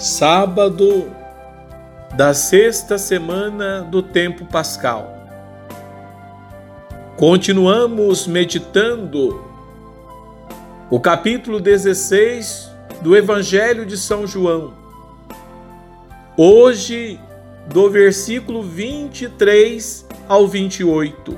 Sábado da sexta semana do tempo pascal. Continuamos meditando o capítulo 16 do Evangelho de São João. Hoje, do versículo 23 ao 28.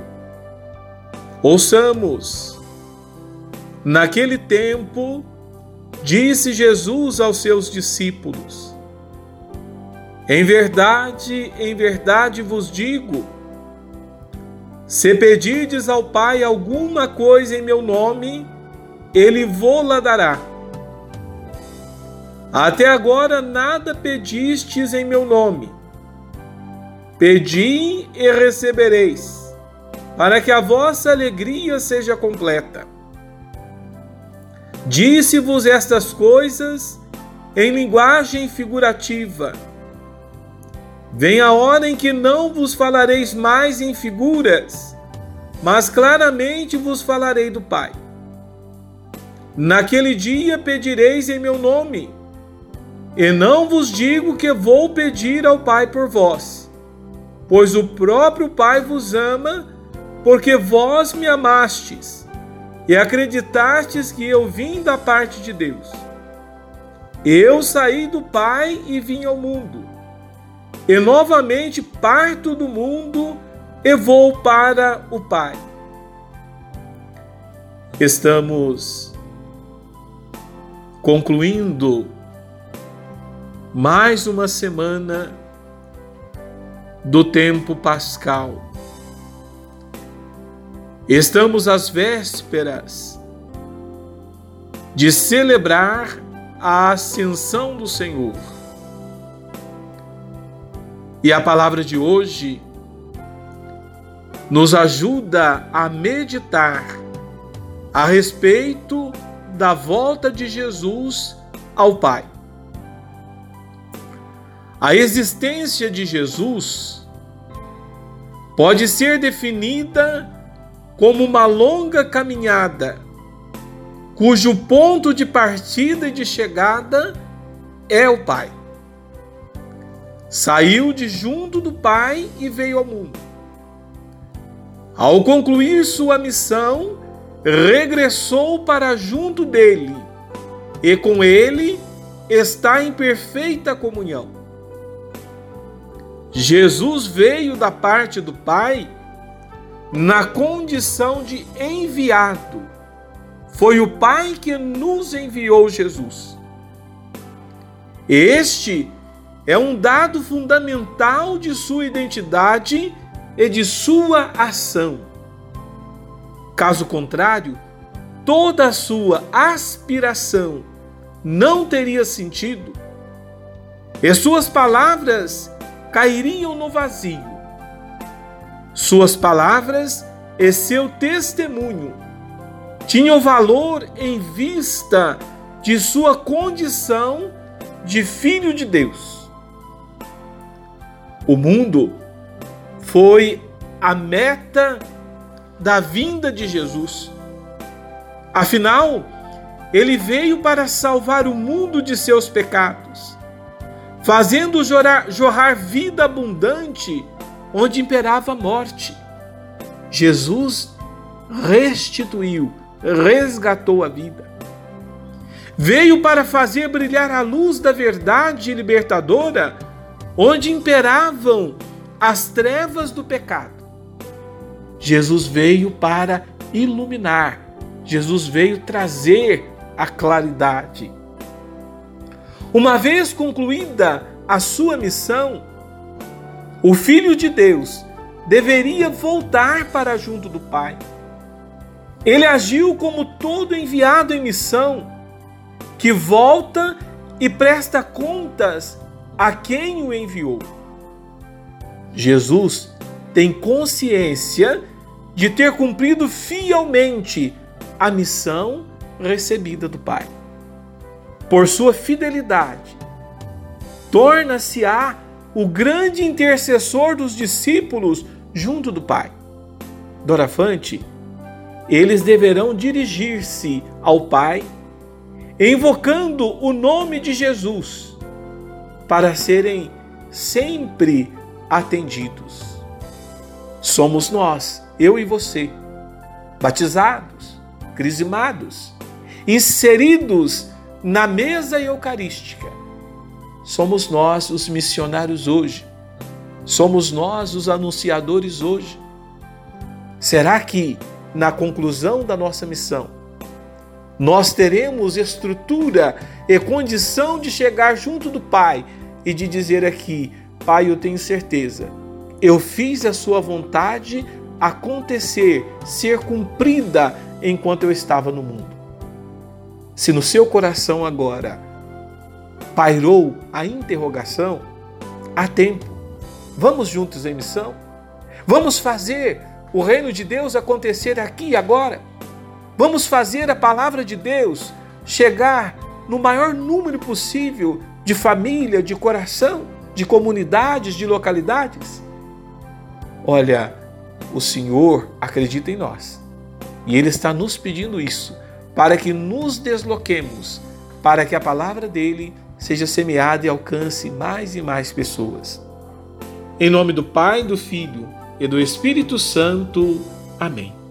Ouçamos. Naquele tempo, disse Jesus aos seus discípulos: em verdade vos digo, se pedirdes ao Pai alguma coisa em meu nome, Ele vô-la dará. Até agora nada pedistes em meu nome. Pedi e recebereis, para que a vossa alegria seja completa. Disse-vos estas coisas em linguagem figurativa. Vem a hora em que não vos falareis mais em figuras, mas claramente vos falarei do Pai. Naquele dia pedireis em meu nome, e não vos digo que vou pedir ao Pai por vós, pois o próprio Pai vos ama, porque vós me amastes e acreditastes que eu vim da parte de Deus. Eu saí do Pai e vim ao mundo, e novamente parto do mundo e vou para o Pai. Estamos concluindo mais uma semana do tempo pascal. Estamos às vésperas de celebrar a ascensão do Senhor. E a palavra de hoje nos ajuda a meditar a respeito da volta de Jesus ao Pai. A existência de Jesus pode ser definida como uma longa caminhada, cujo ponto de partida e de chegada é o Pai. Saiu de junto do Pai e veio ao mundo. Ao concluir sua missão, regressou para junto dele, e com ele está em perfeita comunhão. Jesus veio da parte do Pai na condição de enviado. Foi o Pai que nos enviou Jesus. Este é um dado fundamental de sua identidade e de sua ação. Caso contrário, toda a sua aspiração não teria sentido, e suas palavras cairiam no vazio. Suas palavras e seu testemunho tinham valor em vista de sua condição de Filho de Deus. O mundo foi a meta da vinda de Jesus. Afinal, ele veio para salvar o mundo de seus pecados, fazendo jorrar vida abundante onde imperava a morte. Jesus restituiu, resgatou a vida. Veio para fazer brilhar a luz da verdade libertadora onde imperavam as trevas do pecado. Jesus veio para iluminar. Jesus veio trazer a claridade. Uma vez concluída a sua missão, o Filho de Deus deveria voltar para junto do Pai. Ele agiu como todo enviado em missão, que volta e presta contas a quem o enviou. Jesus tem consciência de ter cumprido fielmente a missão recebida do Pai. Por sua fidelidade, torna-se-á o grande intercessor dos discípulos junto do Pai. Doravante, eles deverão dirigir-se ao Pai, invocando o nome de Jesus, para serem sempre atendidos. Somos nós, eu e você, batizados, crismados, inseridos na mesa eucarística. Somos nós os missionários hoje. Somos nós os anunciadores hoje. Será que, na conclusão da nossa missão, nós teremos estrutura e condição de chegar junto do Pai e de dizer aqui: Pai, eu tenho certeza, eu fiz a sua vontade acontecer, ser cumprida enquanto eu estava no mundo. Se no seu coração agora pairou a interrogação, há tempo. Vamos juntos em missão? Vamos fazer o reino de Deus acontecer aqui e agora? Vamos fazer a palavra de Deus chegar no maior número possível de família, de coração, de comunidades, de localidades? Olha, o Senhor acredita em nós e Ele está nos pedindo isso para que nos desloquemos, para que a palavra dEle seja semeada e alcance mais e mais pessoas. Em nome do Pai, do Filho e do Espírito Santo. Amém.